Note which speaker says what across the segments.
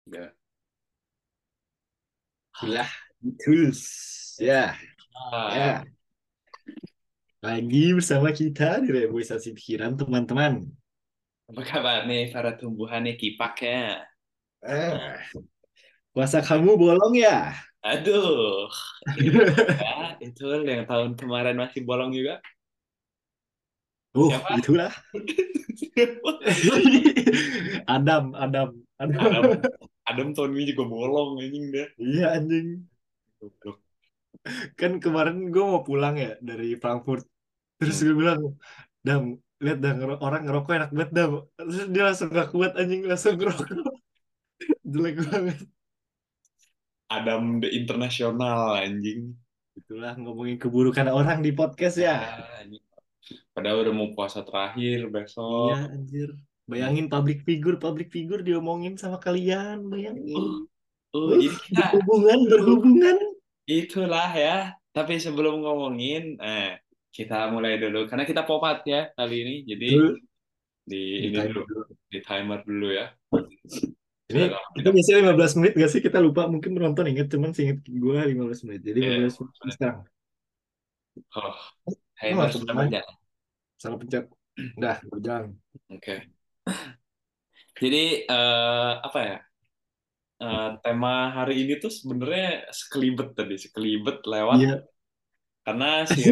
Speaker 1: Ya.
Speaker 2: Itulah terus ya
Speaker 1: Ah,
Speaker 2: ya lagi bersama kita di Reboisasi Pikiran teman-teman.
Speaker 1: apa kabar nih para tumbuhannya kipak ya?
Speaker 2: eh Puasa kamu bolong ya?
Speaker 1: Aduh, ini ya itu yang tahun kemarin masih bolong juga. Siapa?
Speaker 2: Itulah.
Speaker 1: Siapa?
Speaker 2: Adam.
Speaker 1: Adam, Adam tahun ini juga bolong anjing deh.
Speaker 2: Iya anjing.
Speaker 1: Goblok.
Speaker 2: Kan kemarin gue mau pulang ya dari Frankfurt. Terus
Speaker 1: Hmm.
Speaker 2: gue bilang, Dam, lihat dah orang ngerokok enak banget, Dam. Terus dia langsung gak kuat anjing, langsung ngerokok. Jelek banget.
Speaker 1: Adam the Internasional anjing.
Speaker 2: Itulah ngomongin keburukan orang di podcast
Speaker 1: Ya,
Speaker 2: ya.
Speaker 1: anjing. Padahal udah mau puasa terakhir besok.
Speaker 2: Iya, anjir.
Speaker 1: Iya.
Speaker 2: Bayangin public figure diomongin sama kalian. Bayangin.
Speaker 1: Uh, jadi kita
Speaker 2: Berhubungan.
Speaker 1: itulah ya. Tapi sebelum ngomongin, kita mulai dulu karena kita popat ya kali ini. Jadi
Speaker 2: Betul.
Speaker 1: di
Speaker 2: Di
Speaker 1: ini dulu,
Speaker 2: timer dulu.
Speaker 1: di timer dulu ya.
Speaker 2: Ini
Speaker 1: Sudah lama
Speaker 2: kita
Speaker 1: tidak.
Speaker 2: biasanya 15 menit gak sih? Kita lupa. Mungkin penonton inget. Cuman seinget gue 15 menit. Jadi
Speaker 1: Ya,
Speaker 2: 15 menit sekarang.
Speaker 1: oh,
Speaker 2: Oh,
Speaker 1: timer
Speaker 2: langsung
Speaker 1: sudah
Speaker 2: mulai.
Speaker 1: berjalan.
Speaker 2: Salah pencet. Udah, berjalan.
Speaker 1: Oke. Jadi apa ya? Tema hari ini tuh sebenarnya sekelibet tadi, sekelibet lewat
Speaker 2: Iya.
Speaker 1: karena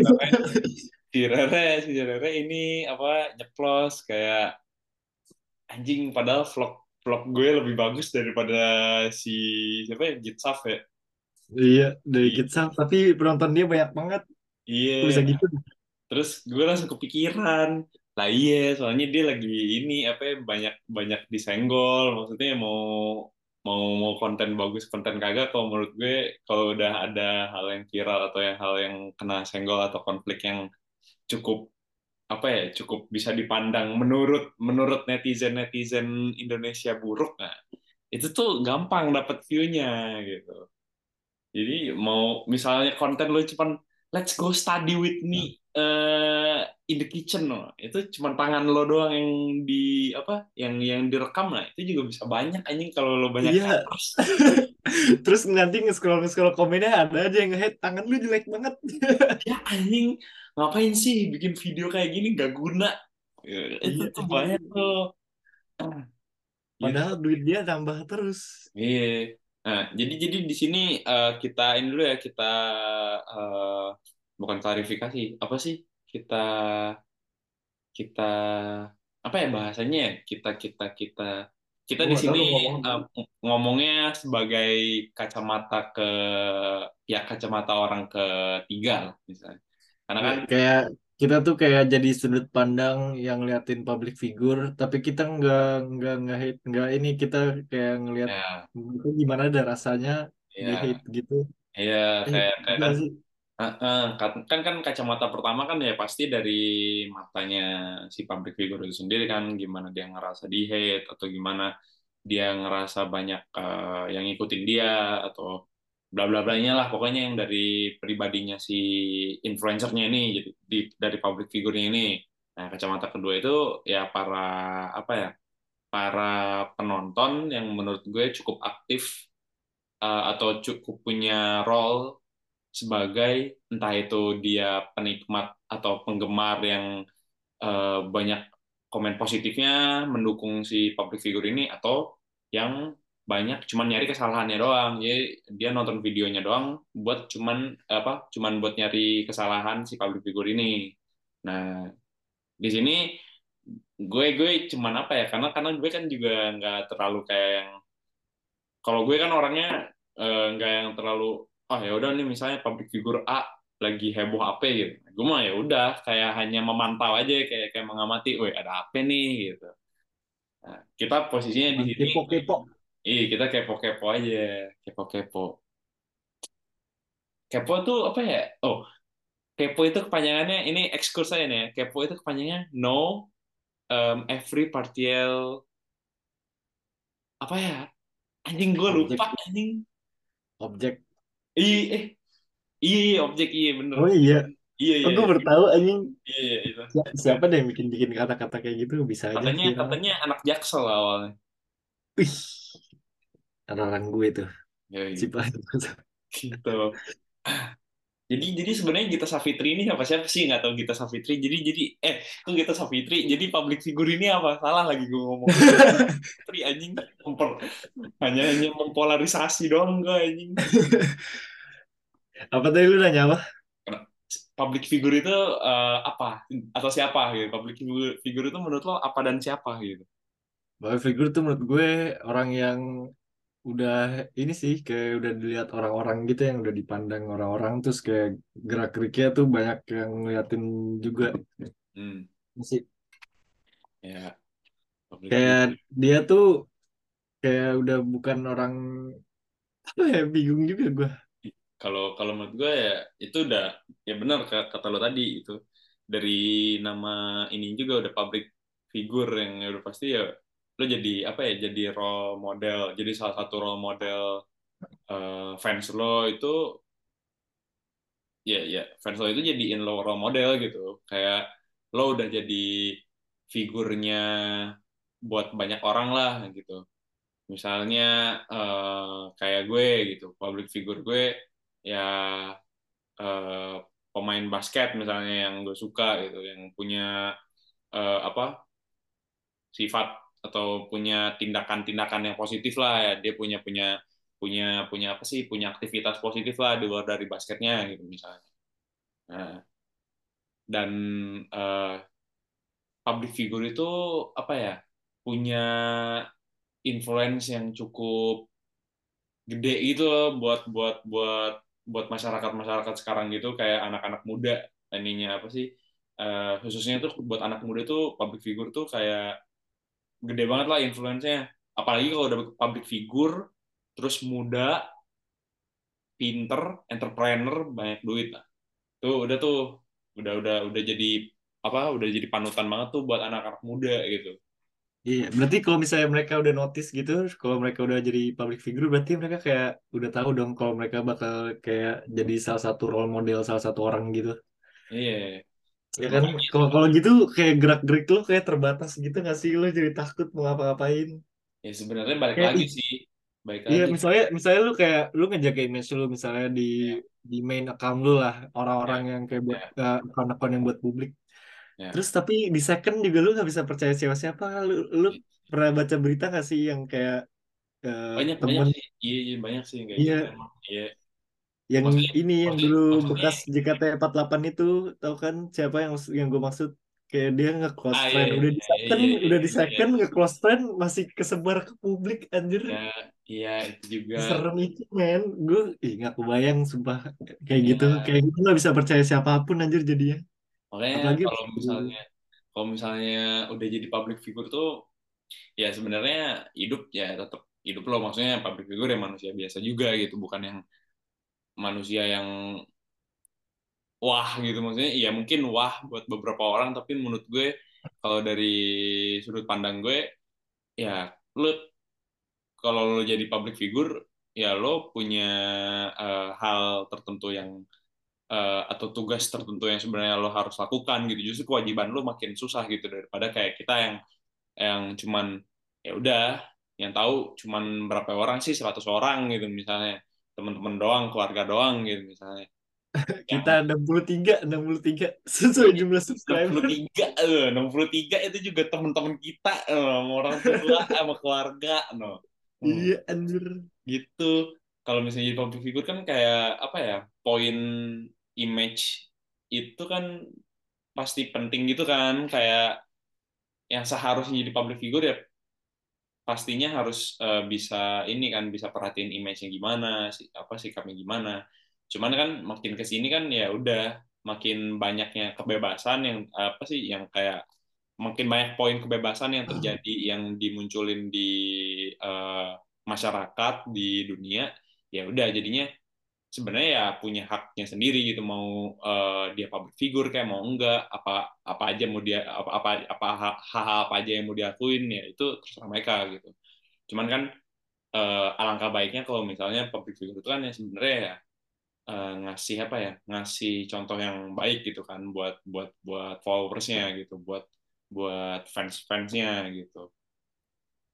Speaker 1: si Rere ini apa nyeplos kayak anjing padahal vlog vlog gue lebih bagus daripada si siapa ya Jitsaf ya.
Speaker 2: Iya, dari
Speaker 1: I-
Speaker 2: Kitsal. Tapi penonton dia banyak banget. Kok
Speaker 1: Iya,
Speaker 2: bisa gitu?
Speaker 1: terus gue langsung kepikiran. Lah iya, soalnya dia lagi ini apa ya, banyak banyak disenggol. Maksudnya mau mau konten bagus, konten kagak. Kalau menurut gue, kalau udah ada hal yang viral atau hal yang kena senggol atau konflik yang cukup apa ya, cukup bisa dipandang menurut menurut netizen netizen Indonesia buruk, nah itu tuh gampang dapat view-nya gitu. Jadi mau misalnya konten lu cuman let's go study with me in the kitchen, no. Itu cuman tangan lo doang yang di apa yang direkam, lah itu juga bisa banyak anjing kalau lo banyak
Speaker 2: Iya.
Speaker 1: haters.
Speaker 2: Terus nanti nge-scroll komennya ada aja yang nge-hate tangan lu jelek banget.
Speaker 1: Ya anjing, ngapain sih bikin video kayak gini gak guna. Ya, itu
Speaker 2: Iya,
Speaker 1: tuh
Speaker 2: anjing.
Speaker 1: banyak tuh. Ah, gitu.
Speaker 2: Padahal duit dia tambah terus.
Speaker 1: Iya. Nah, jadi di sini kita ini dulu ya, kita eh, bukan klarifikasi apa sih, kita kita apa ya bahasanya ya? Kita kita
Speaker 2: Gue
Speaker 1: di
Speaker 2: gak tahu
Speaker 1: sini
Speaker 2: lu ngomong.
Speaker 1: eh, ngomongnya sebagai kacamata ke pihak kacamata orang ketiga lah misalnya. Karena kan
Speaker 2: Kayak kita tuh kayak jadi sudut pandang yang liatin public figure, tapi kita nggak hate, nggak ini, kita kayak ngelihat
Speaker 1: ya
Speaker 2: itu gimana ada rasanya di
Speaker 1: ya
Speaker 2: hate gitu.
Speaker 1: ya kayak kayak
Speaker 2: Gila
Speaker 1: kan
Speaker 2: sih.
Speaker 1: kan kacamata pertama kan ya pasti dari matanya si public figure itu sendiri kan, gimana dia ngerasa di hate atau gimana dia ngerasa banyak yang ngikutin dia atau bla bla blanya lah, pokoknya yang dari pribadinya si influencernya ini, jadi dari public figure-nya ini. Nah, kacamata kedua itu ya para apa ya, para penonton yang menurut gue cukup aktif atau cukup punya role sebagai entah itu dia penikmat atau penggemar yang banyak komen positifnya mendukung si public figure ini, atau yang banyak cuman nyari kesalahannya doang. Jadi dia nonton videonya doang buat cuman buat nyari kesalahan si public figure ini. Nah, di sini gue cuman apa ya, karena gue kan juga nggak terlalu kayak yang, kalau gue kan orangnya nggak yang terlalu ya udah nih misalnya public figure A lagi heboh apa gitu, gue mah ya udah kayak hanya memantau aja, kayak kayak mengamati, weh ada apa nih gitu. Nah, kita posisinya di
Speaker 2: Cuman
Speaker 1: sini,
Speaker 2: kepo-kepo.
Speaker 1: kita kepo-kepo aja, kepo-kepo. Kepo tuh apa ya? Oh, kepo itu kepanjangannya, ini ekskurs saya nih ya. Kepo itu kepanjangannya know every partial apa ya? Anjing gue lupa
Speaker 2: Objek,
Speaker 1: anjing.
Speaker 2: objek.
Speaker 1: Ih, objek, iya bener.
Speaker 2: Oh iya.
Speaker 1: Iya,
Speaker 2: Oh,
Speaker 1: iya,
Speaker 2: gue
Speaker 1: iya.
Speaker 2: baru tahu anjing.
Speaker 1: Iya, iya, itu. Itu
Speaker 2: Siapa deh yang bikin kata-kata kayak gitu? Bisa aja
Speaker 1: katanya
Speaker 2: viral.
Speaker 1: katanya anak Jaksel awalnya.
Speaker 2: Wih, orang gue tuh si
Speaker 1: Yoi.
Speaker 2: Pak.
Speaker 1: Gitu. Jadi sebenarnya Gita Savitri ini siapa siapa sih nggak tahu Gita Savitri. Kok Gita Savitri? Jadi public figure ini apa? Salah lagi gue ngomong. Savitri anjing hanya mempolarisasi doang gue anjing.
Speaker 2: Apa tadi lu nanya apa?
Speaker 1: Karena public figure itu apa atau siapa gitu. Public figure itu menurut lo apa dan siapa gitu.
Speaker 2: Public figure tuh menurut gue orang yang udah ini sih kayak udah dilihat orang-orang gitu, yang udah dipandang orang-orang, terus kayak gerak-geriknya tuh banyak yang ngeliatin juga
Speaker 1: Hmm,
Speaker 2: sih.
Speaker 1: ya public
Speaker 2: Kayak
Speaker 1: figure.
Speaker 2: dia tuh kayak udah bukan orang, apa ya, bingung juga gue.
Speaker 1: Kalau kalau menurut gue ya itu udah ya benar kata lo tadi itu dari nama ini juga udah public figure yang ya udah pasti ya lo jadi apa ya jadi role model jadi salah satu role model fans lo itu ya fans lo itu jadiin lo role model gitu kayak lo udah jadi figurnya buat banyak orang lah gitu misalnya kayak gue gitu public figure gue ya eh, pemain basket misalnya yang gue suka gitu, yang punya apa sifat atau punya tindakan-tindakan yang positif lah ya, dia punya punya punya punya apa sih, punya aktivitas positif lah di luar dari basketnya gitu misalnya. Nah, dan eh, public figure itu apa ya punya influence yang cukup gede gitu loh buat masyarakat masyarakat sekarang gitu kayak anak-anak muda ininya apa sih khususnya tuh buat anak muda tuh public figure tuh kayak gede banget lah influence-nya apalagi kalau udah public figure terus muda pinter entrepreneur banyak duit lah tuh udah jadi apa udah jadi panutan banget tuh buat anak-anak muda gitu.
Speaker 2: Iya, berarti kalau misalnya mereka udah notice gitu, kalau mereka udah jadi public figure, berarti mereka kayak udah tahu dong kalau mereka bakal kayak jadi salah satu role model salah satu orang gitu.
Speaker 1: Iya
Speaker 2: Ya kan,
Speaker 1: makanya
Speaker 2: kalau kalau gitu kayak gerak-gerik lo kayak terbatas gitu nggak sih, lo jadi takut mau ngapa-ngapain.
Speaker 1: ya sebenarnya balik
Speaker 2: Kayak
Speaker 1: lagi sih balik
Speaker 2: iya,
Speaker 1: lagi
Speaker 2: misalnya misalnya lu kayak lu ngejaga image lu misalnya
Speaker 1: ya
Speaker 2: di main account lu lah, orang-orang
Speaker 1: ya
Speaker 2: yang kayak buat
Speaker 1: ya
Speaker 2: akun-akun yang buat publik.
Speaker 1: ya
Speaker 2: Terus tapi di second juga lu nggak bisa percaya siapa-siapa. Lu pernah baca berita nggak sih yang kayak eh,
Speaker 1: banyak banyak
Speaker 2: temen,
Speaker 1: sih iya iya, banyak sih yang kayak gitu
Speaker 2: iya,
Speaker 1: emang iya
Speaker 2: yang
Speaker 1: maksudnya
Speaker 2: ini yang
Speaker 1: maksudnya
Speaker 2: dulu
Speaker 1: maksudnya
Speaker 2: bekas JKT48 itu, tahu kan siapa yang gue maksud? Kayak dia nge-close
Speaker 1: iya
Speaker 2: friend,
Speaker 1: iya iya iya
Speaker 2: udah di
Speaker 1: iya iya
Speaker 2: second nge-close friend masih kesebar ke publik, anjir.
Speaker 1: iya iya, itu juga
Speaker 2: Serem itu men, gue nggak kebayang sumpah kayak gitu,
Speaker 1: ya
Speaker 2: kayak gitu nggak bisa percaya siapapun anjir jadinya,
Speaker 1: makanya
Speaker 2: apalagi
Speaker 1: kalau misalnya udah jadi public figure tuh ya sebenarnya hidup ya tetap hidup lo maksudnya public figure ya manusia biasa juga gitu bukan yang manusia yang wah gitu maksudnya ya mungkin wah buat beberapa orang tapi menurut gue kalau dari sudut pandang gue ya lo kalau lo jadi public figure ya lo punya hal tertentu yang atau tugas tertentu yang sebenarnya lo harus lakukan gitu justru kewajiban lo makin susah gitu daripada kayak kita yang cuman ya udah yang tahu cuman berapa orang sih 100 orang gitu misalnya teman-teman doang keluarga doang gitu misalnya yang
Speaker 2: kita 63 sesuai jumlah subscriber.
Speaker 1: 63 63 itu juga teman-teman kita sama orang tua sama keluarga no. Hmm.
Speaker 2: Iya anjir.
Speaker 1: Gitu kalau misalnya jadi public figure kan kayak apa ya poin image itu kan pasti penting gitu kan kayak yang seharusnya jadi public figure ya pastinya harus bisa ini kan bisa perhatiin image-nya gimana sih apa sikapnya gimana cuman kan makin ke sini kan ya udah makin banyaknya kebebasan yang apa sih yang kayak makin banyak poin kebebasan yang terjadi yang dimunculin di eh, masyarakat di dunia ya udah jadinya sebenarnya ya punya haknya sendiri gitu mau dia public figure kayak mau enggak apa apa aja mau dia apa apa apa hal apa aja yang mau diakuin ya itu terserah mereka gitu cuman kan alangkah baiknya kalau misalnya public figure itu kan ya sebenarnya ya ngasih apa ya ngasih contoh yang baik gitu kan buat followersnya gitu buat buat fans-fansnya gitu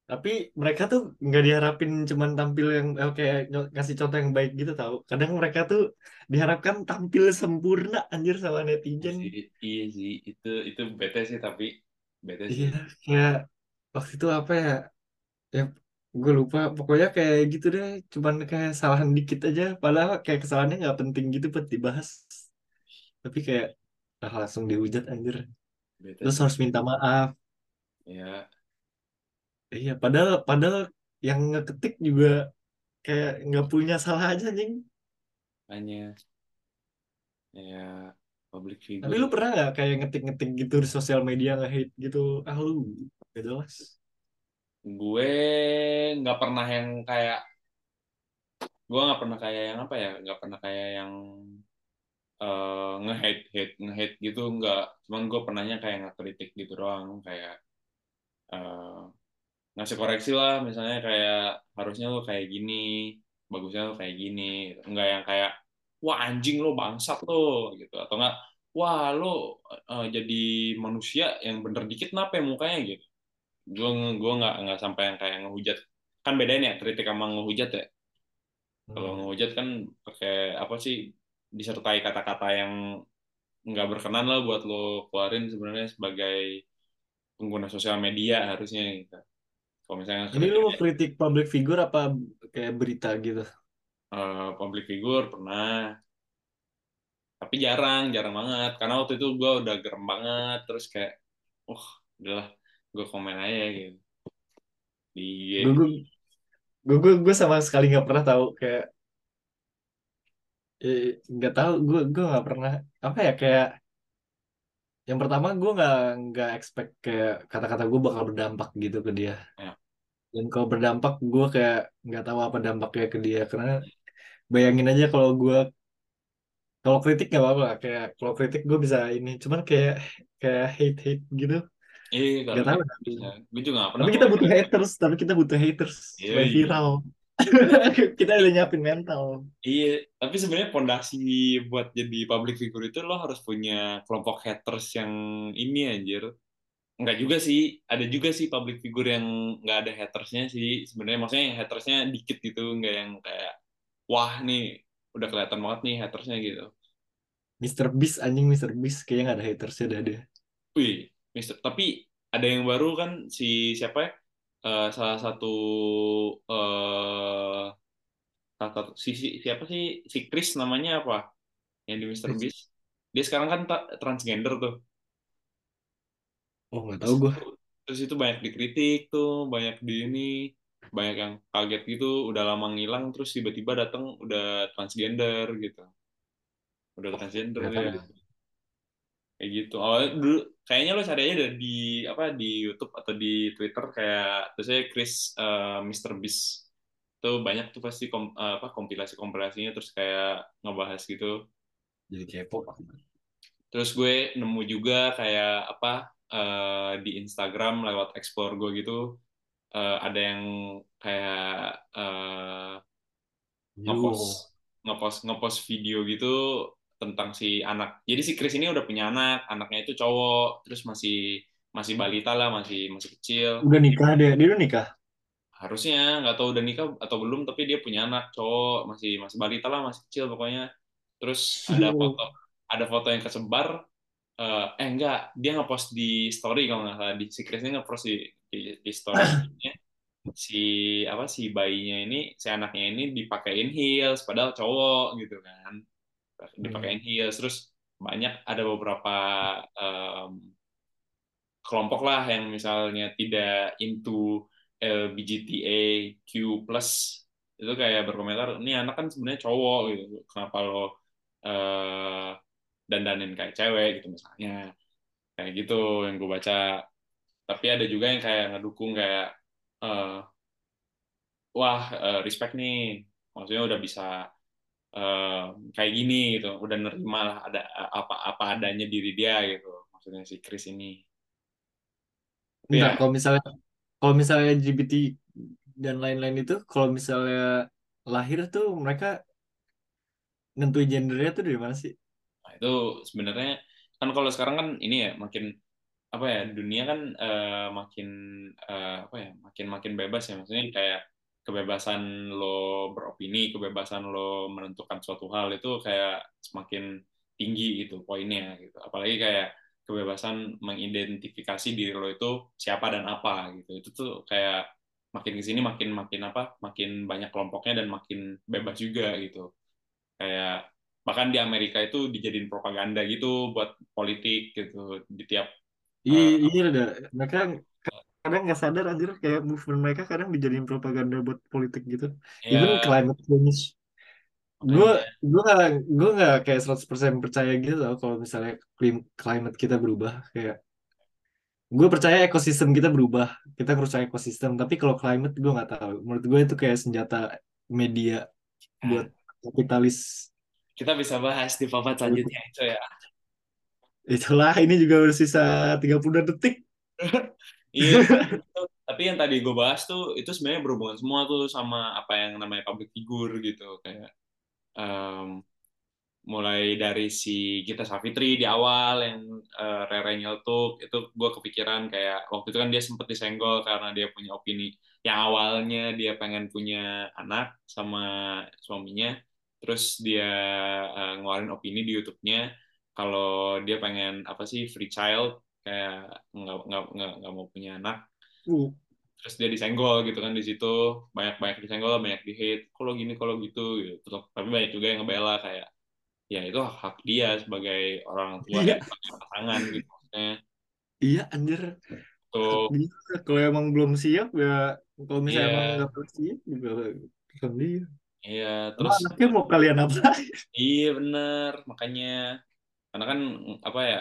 Speaker 2: Tapi mereka tuh nggak diharapin cuman tampil yang kayak ngasih contoh yang baik gitu tahu. Kadang mereka tuh diharapkan tampil sempurna anjir sama
Speaker 1: Iya
Speaker 2: netizen.
Speaker 1: sih, iya sih, itu bete sih, tapi bete
Speaker 2: Iya,
Speaker 1: sih.
Speaker 2: kayak waktu itu apa ya? Ya, gue lupa. Pokoknya kayak gitu deh. Cuman kayak kesalahan dikit aja. Padahal kayak kesalahannya nggak penting gitu buat dibahas. Tapi kayak langsung dihujat anjir.
Speaker 1: Bete
Speaker 2: Terus
Speaker 1: sih.
Speaker 2: harus minta maaf.
Speaker 1: Ya,
Speaker 2: Iya, padahal padahal yang ngeketik juga kayak nggak punya salah aja anjing.
Speaker 1: hanya ya public
Speaker 2: Tapi
Speaker 1: figure
Speaker 2: lu
Speaker 1: lah.
Speaker 2: pernah nggak kayak ngetik-ngetik gitu di sosial media nge-hate gitu? Ah lu, gak jelas.
Speaker 1: Gue nggak pernah yang kayak, gue nggak pernah kayak yang apa ya, nggak pernah kayak yang nge-hate gitu, nggak. Cuman gue pernahnya kayak ngekritik gitu doang, kayak eh, ngasih koreksi lah, misalnya kayak harusnya lo kayak gini, bagusnya lo kayak gini, nggak yang kayak wah anjing lo bangsat lo gitu, atau enggak wah lo jadi manusia yang bener dikit kenapa ya mukanya gitu. Gue nggak sampai yang kayak ngehujat, kan bedain ya kritik sama ngehujat ya. Kalau
Speaker 2: Hmm.
Speaker 1: ngehujat kan pakai apa sih, disertai kata-kata yang nggak berkenan lah buat lo keluarin sebenarnya sebagai pengguna sosial media harusnya gitu. Kalau misalnya
Speaker 2: Ini lu
Speaker 1: kritik
Speaker 2: kritik public figure apa kayak berita gitu?
Speaker 1: public figure pernah, tapi jarang jarang banget karena waktu itu gue udah gerem banget, terus kayak udahlah, gue komen aja gitu di
Speaker 2: Gue
Speaker 1: IG.
Speaker 2: gue gue sama sekali nggak pernah tahu kayak nggak tahu gue nggak pernah apa ya kayak yang pertama gue nggak expect kayak kata-kata gue bakal berdampak gitu ke dia.
Speaker 1: Ya.
Speaker 2: Dan kalau berdampak gue kayak nggak tahu apa dampaknya ke dia karena bayangin aja kalau kritik nggak apa-apa lah. Kayak kalau kritik gue bisa ini cuman kayak kayak hate gitu
Speaker 1: Kalau
Speaker 2: nggak tahu.
Speaker 1: gitu bisa, gue juga gak pernah
Speaker 2: Tapi kita
Speaker 1: kalau
Speaker 2: butuh haters, tapi kita butuh haters
Speaker 1: iya
Speaker 2: supaya
Speaker 1: iya.
Speaker 2: viral. Kita
Speaker 1: Tapi
Speaker 2: udah nyiapin mental.
Speaker 1: iya, tapi sebenarnya pondasi buat jadi public figure itu lo harus punya kelompok haters yang ini anjir. Enggak juga sih, ada juga sih public figure yang nggak ada hatersnya sih. Sebenarnya maksudnya yang hatersnya dikit gitu, nggak yang kayak wah nih udah kelihatan banget nih hatersnya gitu.
Speaker 2: Mister Beast anjing Mister Beast kayaknya nggak ada hatersnya dah dia.
Speaker 1: Wih, tapi ada yang baru kan si siapa ya? Salah satu siapa sih, si Chris namanya apa? Yang di Mister Beast. Dia sekarang kan transgender tuh.
Speaker 2: Oh nggak
Speaker 1: Terus
Speaker 2: tahu gue.
Speaker 1: itu, terus itu banyak dikritik tuh, banyak di ini, banyak yang kaget gitu, udah lama ngilang, terus tiba-tiba datang udah transgender gitu, udah transgender
Speaker 2: Nggak
Speaker 1: ya,
Speaker 2: tahu.
Speaker 1: kayak gitu. Oh dulu kayaknya lo cari aja deh di apa di YouTube atau di Twitter kayak terus saya Chris Mr. Beast tuh banyak tuh pasti apa kompilasi-kompilasinya terus kayak ngebahas gitu.
Speaker 2: Jadi kepo.
Speaker 1: Terus gue nemu juga kayak apa di Instagram lewat explore gue gitu ada yang kayak ngepost
Speaker 2: Yo.
Speaker 1: ngepost video gitu tentang si anak. Jadi si Chris ini udah punya anak, anaknya itu cowok, terus masih masih balita lah, masih masih kecil.
Speaker 2: Udah nikah dia udah nikah.
Speaker 1: Harusnya nggak tahu udah nikah atau belum, tapi dia punya anak cowok, masih masih balita lah, masih kecil pokoknya. Terus
Speaker 2: Yo.
Speaker 1: ada foto yang kesebar. Enggak, dia ngepost di story kalau nggak salah, di si Chris ini ngepost di story IG-nya si apa si bayinya ini, si anaknya ini dipakein heels padahal cowok gitu kan, dipakein
Speaker 2: Hmm.
Speaker 1: heels. Terus banyak ada beberapa em, kelompok lah yang misalnya tidak into LGBTQ plus itu kayak berkomentar ini anak kan sebenarnya cowok gitu, kenapa lo eh, dandanin kayak cewek gitu misalnya, kayak gitu yang gue baca. Tapi ada juga yang kayak ngedukung kayak eh, wah respect nih, maksudnya udah bisa eh, kayak gini gitu, udah nerima lah ada apa apa adanya diri dia gitu, maksudnya si Chris ini. Tapi
Speaker 2: Enggak,
Speaker 1: ya
Speaker 2: kalau misalnya LGBT dan lain-lain itu kalau misalnya lahir tuh mereka nentuin gendernya tuh dari mana sih?
Speaker 1: nah itu sebenarnya kan kalau sekarang kan ini ya makin apa ya, dunia kan makin apa ya, makin makin bebas ya, maksudnya kayak kebebasan lo beropini, kebebasan lo menentukan suatu hal itu kayak semakin tinggi gitu poinnya gitu, apalagi kayak kebebasan mengidentifikasi diri lo itu siapa dan apa gitu, itu tuh kayak makin ke sini makin makin apa, makin banyak kelompoknya dan makin bebas juga gitu, kayak bahkan di Amerika itu dijadiin propaganda gitu buat politik gitu di tiap
Speaker 2: Iya,
Speaker 1: eh,
Speaker 2: iya ada. Mereka kadang nggak sadar anjir kayak movement mereka kadang dijadiin propaganda buat politik gitu. Even
Speaker 1: ya
Speaker 2: climate change. Gue
Speaker 1: makanya
Speaker 2: gue nggak kayak 100% percaya gitu loh kalau misalnya climate kita berubah. Kayak gue percaya ekosistem kita berubah. Kita harus percaya ekosistem. Tapi kalau climate gue nggak tahu. Menurut gue itu kayak senjata media
Speaker 1: nah,
Speaker 2: buat kapitalis
Speaker 1: kita bisa bahas di papat
Speaker 2: politik.
Speaker 1: selanjutnya itu ya.
Speaker 2: Itulah ini juga udah sisa 30 detik.
Speaker 1: Iya, tapi yang tadi gue bahas tuh itu sebenarnya berhubungan semua tuh sama apa yang namanya public figure gitu, kayak em, mulai dari si Gita Savitri di awal yang Rere nyeletuk itu, gue kepikiran kayak waktu itu kan dia sempat disenggol karena dia punya opini yang awalnya dia pengen punya anak sama suaminya, terus dia ngeluarin opini di YouTube-nya kalau dia pengen apa sih free child, kayak nggak mau punya anak,
Speaker 2: Uh,
Speaker 1: terus dia disenggol gitu kan di situ, banyak banyak disenggol, banyak di hate kalau gini kalau gitu gitu, tapi banyak juga yang ngebela kayak ya itu hak dia sebagai orang tua,
Speaker 2: iya,
Speaker 1: sebagai pasangan gitu maksudnya
Speaker 2: iya anjir. Hak
Speaker 1: tuh.
Speaker 2: dia. Kalau emang belum siap ya, kalau misalnya emang
Speaker 1: Iya,
Speaker 2: nggak pernah siap juga kan dia.
Speaker 1: iya,
Speaker 2: Emang
Speaker 1: terus
Speaker 2: anaknya mau kalian apa?
Speaker 1: iya bener makanya, karena kan apa ya,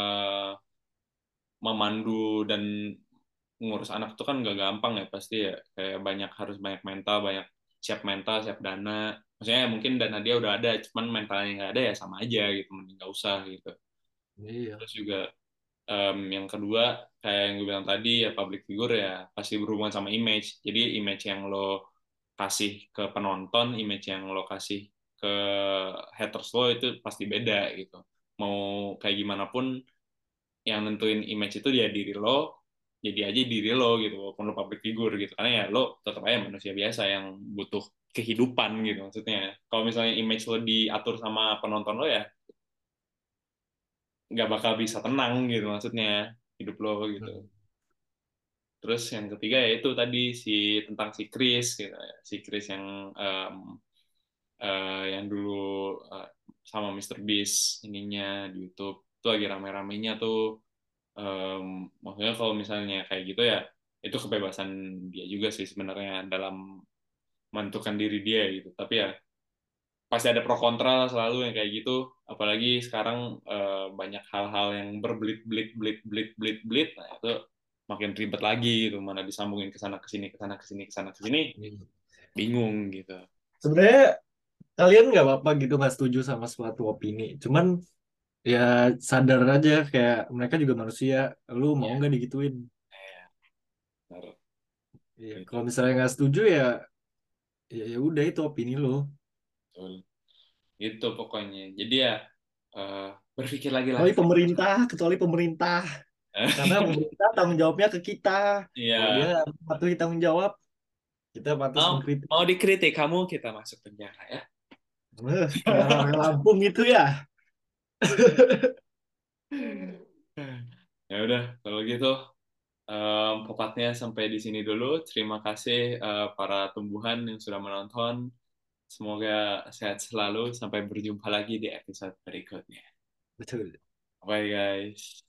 Speaker 1: memandu dan ngurus anak itu kan gak gampang ya pasti ya, kayak banyak, harus banyak mental, siap dana, maksudnya mungkin dana dia udah ada cuman mentalnya nggak ada ya sama aja gitu, mending nggak usah gitu.
Speaker 2: Iya.
Speaker 1: Terus juga yang kedua kayak yang gue bilang tadi ya, public figure ya pasti berhubungan sama image, jadi image yang lo kasih ke penonton, image yang lo kasih ke haters lo itu pasti beda gitu, mau kayak gimana pun yang nentuin image itu dia diri lo, jadi aja diri lo gitu walaupun lo public figure gitu, karena ya lo tetap aja manusia biasa yang butuh kehidupan gitu maksudnya, kalau misalnya image lo diatur sama penonton lo ya nggak bakal bisa tenang gitu maksudnya hidup lo gitu.
Speaker 2: Hmm.
Speaker 1: Terus yang ketiga ya itu tadi si tentang si Chris gitu ya. Si Chris yang dulu eh, sama Mr. Beast ininya di YouTube itu lagi rame-ramenya tuh. Maksudnya kalau misalnya kayak gitu ya itu kebebasan dia juga sih sebenarnya dalam menentukan diri dia gitu. Tapi ya pasti ada pro kontra lah selalu yang kayak gitu. Apalagi sekarang banyak hal-hal yang berbelit belit belit belit belit belit. Nah itu makin ribet lagi gitu. Mana disambungin ke sana ke sini ke sana ke sini ke sana ke sini, bingung gitu.
Speaker 2: Sebenarnya kalian nggak apa-apa gitu nggak setuju sama suatu opini. Cuman ya sadar aja kayak mereka juga manusia. Lu mau
Speaker 1: Iya,
Speaker 2: nggak digituin?
Speaker 1: benar.
Speaker 2: Iya.
Speaker 1: Gitu.
Speaker 2: Kalau misalnya nggak setuju ya, ya udah itu opini lo.
Speaker 1: Betul. Gitu pokoknya. Jadi ya eh, berpikir lagi lah.
Speaker 2: Kecuali pemerintah. Karena pemerintah tanggung jawabnya ke kita. Kalau dia
Speaker 1: Iya.
Speaker 2: nggak patuhi tanggung jawab, kita pantas
Speaker 1: Mau
Speaker 2: mengkritik.
Speaker 1: mau dikritik kamu kita masuk penjara ya.
Speaker 2: Kayak orang Lampung itu ya.
Speaker 1: Ya udah kalau gitu popatnya sampai di sini dulu. Terima kasih para tumbuhan yang sudah menonton. Semoga sehat selalu. Sampai berjumpa lagi di episode berikutnya.
Speaker 2: Betul.
Speaker 1: Bye guys.